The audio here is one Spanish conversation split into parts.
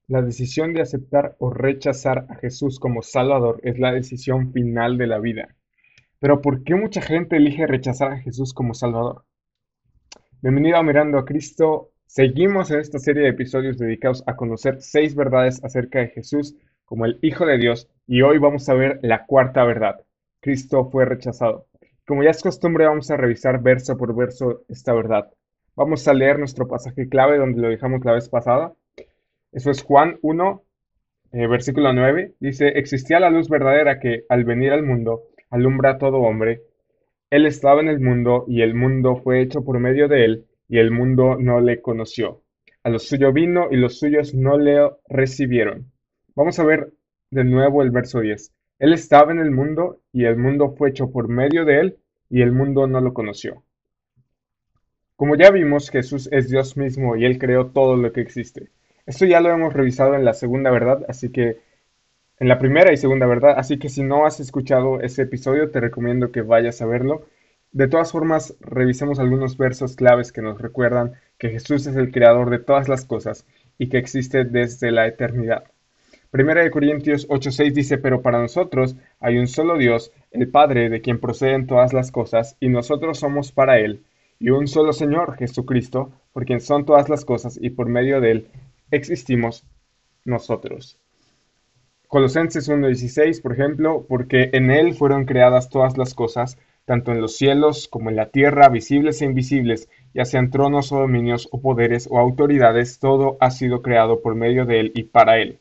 La decisión de aceptar o rechazar a Jesús como Salvador es la decisión final de la vida. Pero ¿por qué mucha gente elige rechazar a Jesús como Salvador? Bienvenido a Mirando a Cristo. Seguimos en esta serie de episodios dedicados a conocer 6 verdades acerca de Jesús como el Hijo de Dios y hoy vamos a ver la cuarta verdad. Cristo fue rechazado. Como ya es costumbre, vamos a revisar verso por verso esta verdad. Vamos a leer nuestro pasaje clave donde lo dejamos la vez pasada. Eso es Juan 1, versículo 9. Dice, existía la luz verdadera que, al venir al mundo, alumbra a todo hombre. Él estaba en el mundo y el mundo fue hecho por medio de él y el mundo no le conoció. A lo suyo vino y los suyos no le recibieron. Vamos a ver de nuevo el verso 10. Él estaba en el mundo y el mundo fue hecho por medio de él y el mundo no lo conoció. Como ya vimos, Jesús es Dios mismo y Él creó todo lo que existe. Esto ya lo hemos revisado en la segunda verdad, así que en la primera y segunda verdad, así que si no has escuchado ese episodio, te recomiendo que vayas a verlo. De todas formas, revisemos algunos versos claves que nos recuerdan que Jesús es el creador de todas las cosas y que existe desde la eternidad. Primera de Corintios 8:6 dice, pero para nosotros hay un solo Dios, el Padre, de quien proceden todas las cosas, y nosotros somos para Él, y un solo Señor, Jesucristo, por quien son todas las cosas, y por medio de Él existimos nosotros. Colosenses 1:16, por ejemplo, porque en Él fueron creadas todas las cosas, tanto en los cielos como en la tierra, visibles e invisibles, ya sean tronos o dominios o poderes o autoridades, todo ha sido creado por medio de Él y para Él.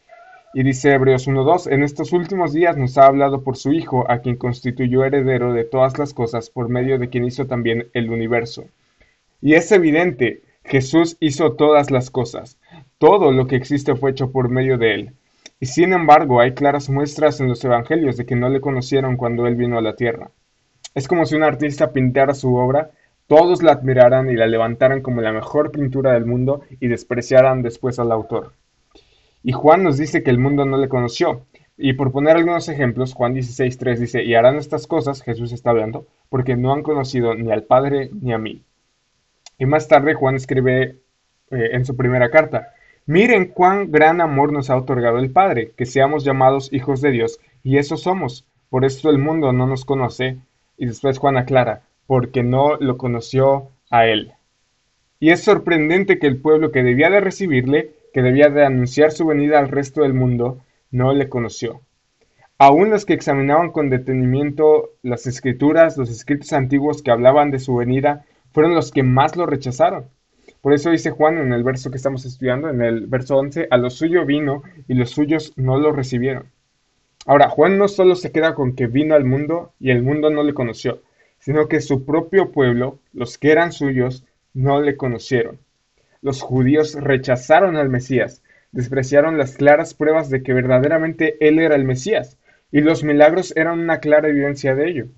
Y dice Hebreos 1:2, en estos últimos días nos ha hablado por su Hijo, a quien constituyó heredero de todas las cosas, por medio de quien hizo también el universo. Y es evidente, Jesús hizo todas las cosas. Todo lo que existe fue hecho por medio de él. Y sin embargo, hay claras muestras en los evangelios de que no le conocieron cuando él vino a la tierra. Es como si un artista pintara su obra, todos la admiraran y la levantaran como la mejor pintura del mundo y despreciaran después al autor. Y Juan nos dice que el mundo no le conoció. Y por poner algunos ejemplos, Juan 16:3 dice, y harán estas cosas, Jesús está hablando, porque no han conocido ni al Padre ni a mí. Y más tarde Juan escribe en su primera carta, miren cuán gran amor nos ha otorgado el Padre, que seamos llamados hijos de Dios, y eso somos. Por esto el mundo no nos conoce. Y después Juan aclara, porque no lo conoció a él. Y es sorprendente que el pueblo que debía de recibirle, que debía de anunciar su venida al resto del mundo, no le conoció. Aún los que examinaban con detenimiento las escrituras, los escritos antiguos que hablaban de su venida, fueron los que más lo rechazaron. Por eso dice Juan en el verso que estamos estudiando, en el verso 11, a lo suyo vino y los suyos no lo recibieron. Ahora, Juan no solo se queda con que vino al mundo y el mundo no le conoció, sino que su propio pueblo, los que eran suyos, no le conocieron. Los judíos rechazaron al Mesías, despreciaron las claras pruebas de que verdaderamente él era el Mesías, y los milagros eran una clara evidencia de ello.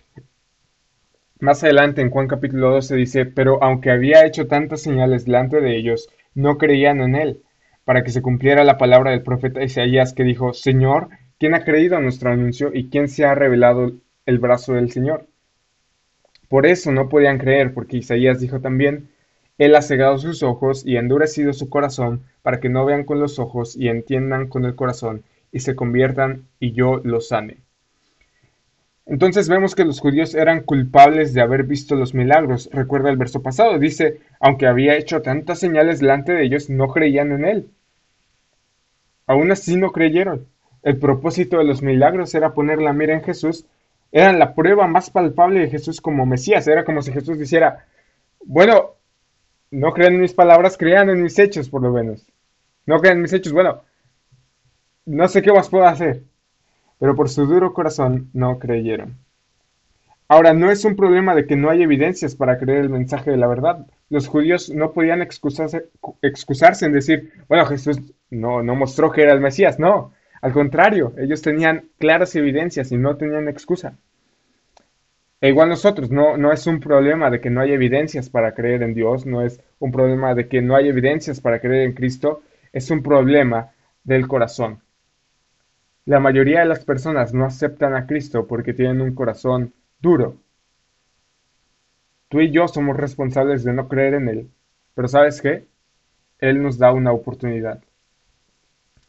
Más adelante en Juan capítulo 12 dice, pero aunque había hecho tantas señales delante de ellos, no creían en él, para que se cumpliera la palabra del profeta Isaías que dijo, Señor, ¿quién ha creído a nuestro anuncio y quién se ha revelado el brazo del Señor? Por eso no podían creer, porque Isaías dijo también, Él ha cegado sus ojos y endurecido su corazón, para que no vean con los ojos y entiendan con el corazón, y se conviertan y yo los sane. Entonces vemos que los judíos eran culpables de haber visto los milagros. Recuerda el verso pasado, dice, aunque había hecho tantas señales delante de ellos, no creían en él. Aún así no creyeron. El propósito de los milagros era poner la mira en Jesús. Eran la prueba más palpable de Jesús como Mesías. Era como si Jesús dijera, bueno, no crean en mis palabras, crean en mis hechos por lo menos. No crean en mis hechos, bueno, no sé qué más puedo hacer. Pero por su duro corazón no creyeron. Ahora, no es un problema de que no hay evidencias para creer el mensaje de la verdad. Los judíos no podían excusarse en decir, bueno, Jesús no mostró que era el Mesías. No, al contrario, ellos tenían claras evidencias y no tenían excusa. E igual nosotros, no es un problema de que no hay evidencias para creer en Dios, no es un problema de que no hay evidencias para creer en Cristo, es un problema del corazón. La mayoría de las personas no aceptan a Cristo porque tienen un corazón duro. Tú y yo somos responsables de no creer en Él, pero ¿sabes qué? Él nos da una oportunidad.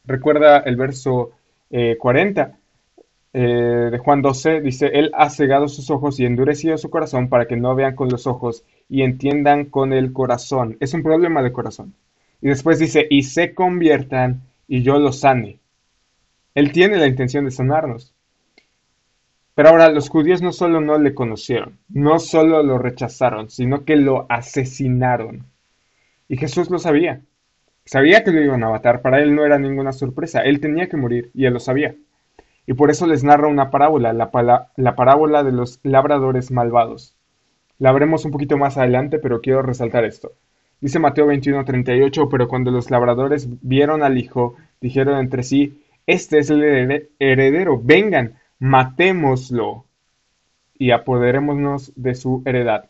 Recuerda el verso 40 de Juan 12, dice, Él ha cegado sus ojos y endurecido su corazón para que no vean con los ojos y entiendan con el corazón. Es un problema de corazón. Y después dice, y se conviertan y yo los sane. Él tiene la intención de sanarnos. Pero ahora los judíos no solo no le conocieron, no solo lo rechazaron, sino que lo asesinaron. Y Jesús lo sabía. Sabía que lo iban a matar. Para él no era ninguna sorpresa. Él tenía que morir y él lo sabía. Y por eso les narra una parábola, la parábola de los labradores malvados. La veremos un poquito más adelante, pero quiero resaltar esto. Dice Mateo 21:38, pero cuando los labradores vieron al hijo, dijeron entre sí, este es el heredero, vengan, matémoslo y apoderémonos de su heredad.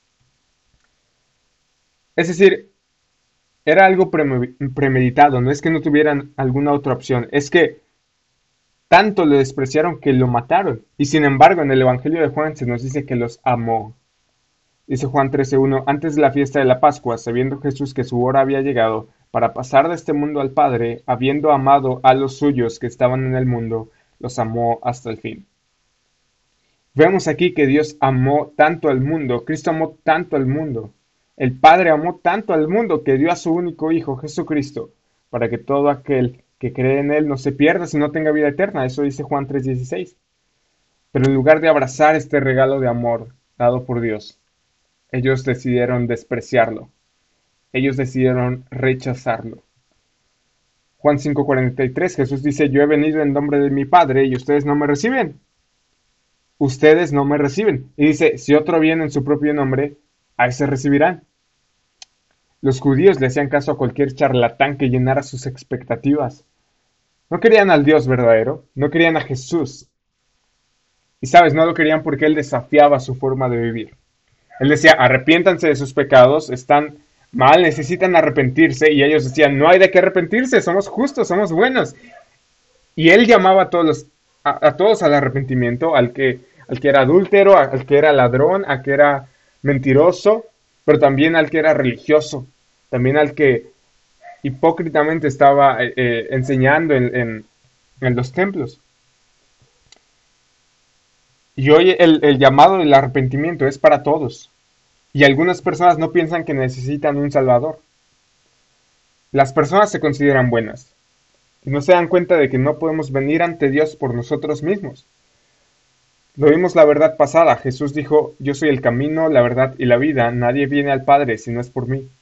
Es decir, era algo premeditado, no es que no tuvieran alguna otra opción, es que tanto le despreciaron que lo mataron. Y sin embargo, en el Evangelio de Juan se nos dice que los amó. Dice Juan 13:1, antes de la fiesta de la Pascua, sabiendo Jesús que su hora había llegado para pasar de este mundo al Padre, habiendo amado a los suyos que estaban en el mundo, los amó hasta el fin. Vemos aquí que Dios amó tanto al mundo, Cristo amó tanto al mundo, el Padre amó tanto al mundo que dio a su único Hijo, Jesucristo, para que todo aquel que cree en Él no se pierda, sino tenga vida eterna. Eso dice Juan 3:16. Pero en lugar de abrazar este regalo de amor dado por Dios, ellos decidieron despreciarlo. Ellos decidieron rechazarlo. Juan 5:43, Jesús dice, yo he venido en nombre de mi Padre y ustedes no me reciben. Ustedes no me reciben. Y dice, si otro viene en su propio nombre, a ese recibirán. Los judíos le hacían caso a cualquier charlatán que llenara sus expectativas. No querían al Dios verdadero, no querían a Jesús. Y sabes, no lo querían porque él desafiaba su forma de vivir. Él decía, arrepiéntanse de sus pecados, están mal, necesitan arrepentirse. Y ellos decían, no hay de qué arrepentirse, somos justos, somos buenos. Y él llamaba a todos al arrepentimiento, al que era adúltero, al que era ladrón, al que era mentiroso, pero también al que era religioso, también al que hipócritamente estaba enseñando en los templos. Y hoy el llamado del arrepentimiento es para todos. Y algunas personas no piensan que necesitan un salvador. Las personas se consideran buenas. Y no se dan cuenta de que no podemos venir ante Dios por nosotros mismos. Lo vimos la verdad pasada. Jesús dijo, yo soy el camino, la verdad y la vida. Nadie viene al Padre si no es por mí.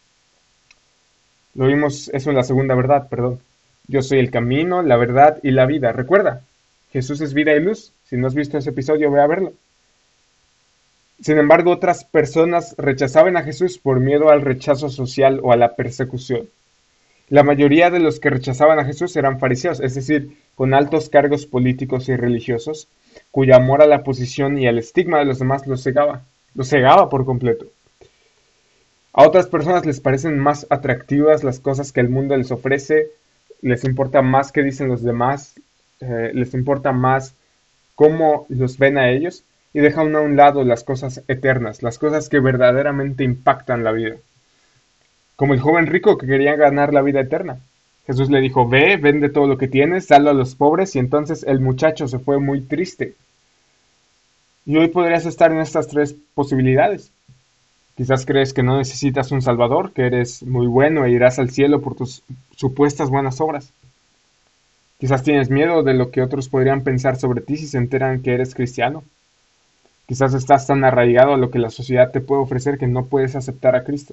Lo vimos eso en la segunda verdad, perdón. Yo soy el camino, la verdad y la vida. Recuerda, Jesús es vida y luz. Si no has visto ese episodio, ve a verlo. Sin embargo, otras personas rechazaban a Jesús por miedo al rechazo social o a la persecución. La mayoría de los que rechazaban a Jesús eran fariseos, es decir, con altos cargos políticos y religiosos, cuyo amor a la posición y al estigma de los demás los cegaba por completo. A otras personas les parecen más atractivas las cosas que el mundo les ofrece, les importa más qué dicen los demás, les importa más cómo los ven a ellos y dejan a un lado las cosas eternas, las cosas que verdaderamente impactan la vida. Como el joven rico que quería ganar la vida eterna. Jesús le dijo, ve, vende todo lo que tienes, dalo a los pobres, y entonces el muchacho se fue muy triste. Y hoy podrías estar en estas tres posibilidades. Quizás crees que no necesitas un salvador, que eres muy bueno e irás al cielo por tus supuestas buenas obras. Quizás tienes miedo de lo que otros podrían pensar sobre ti si se enteran que eres cristiano. Quizás estás tan arraigado a lo que la sociedad te puede ofrecer que no puedes aceptar a Cristo.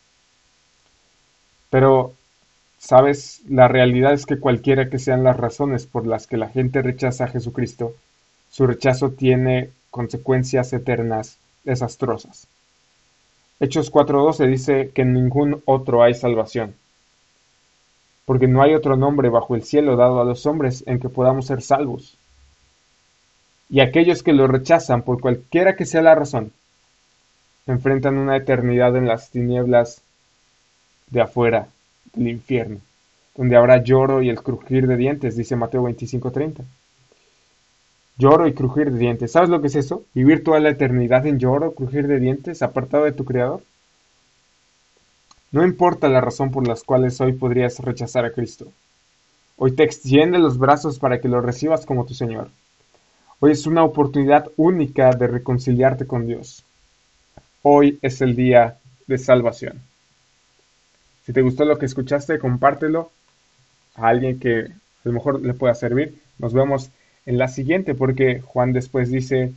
Pero, ¿sabes? La realidad es que cualquiera que sean las razones por las que la gente rechaza a Jesucristo, su rechazo tiene consecuencias eternas desastrosas. Hechos 4:12 dice que en ningún otro hay salvación, porque no hay otro nombre bajo el cielo dado a los hombres en que podamos ser salvos. Y aquellos que lo rechazan, por cualquiera que sea la razón, enfrentan una eternidad en las tinieblas de afuera del infierno, donde habrá lloro y el crujir de dientes, dice Mateo 25:30. Lloro y crujir de dientes. ¿Sabes lo que es eso? Vivir toda la eternidad en lloro, crujir de dientes, apartado de tu Creador. No importa la razón por las cuales hoy podrías rechazar a Cristo. Hoy te extiende los brazos para que lo recibas como tu Señor. Hoy es una oportunidad única de reconciliarte con Dios. Hoy es el día de salvación. Si te gustó lo que escuchaste, compártelo a alguien que a lo mejor le pueda servir. Nos vemos en la siguiente, porque Juan después dice: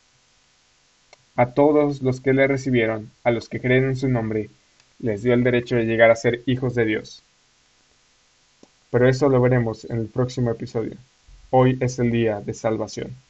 a todos los que le recibieron, a los que creen en su nombre, les dio el derecho de llegar a ser hijos de Dios. Pero eso lo veremos en el próximo episodio. Hoy es el día de salvación.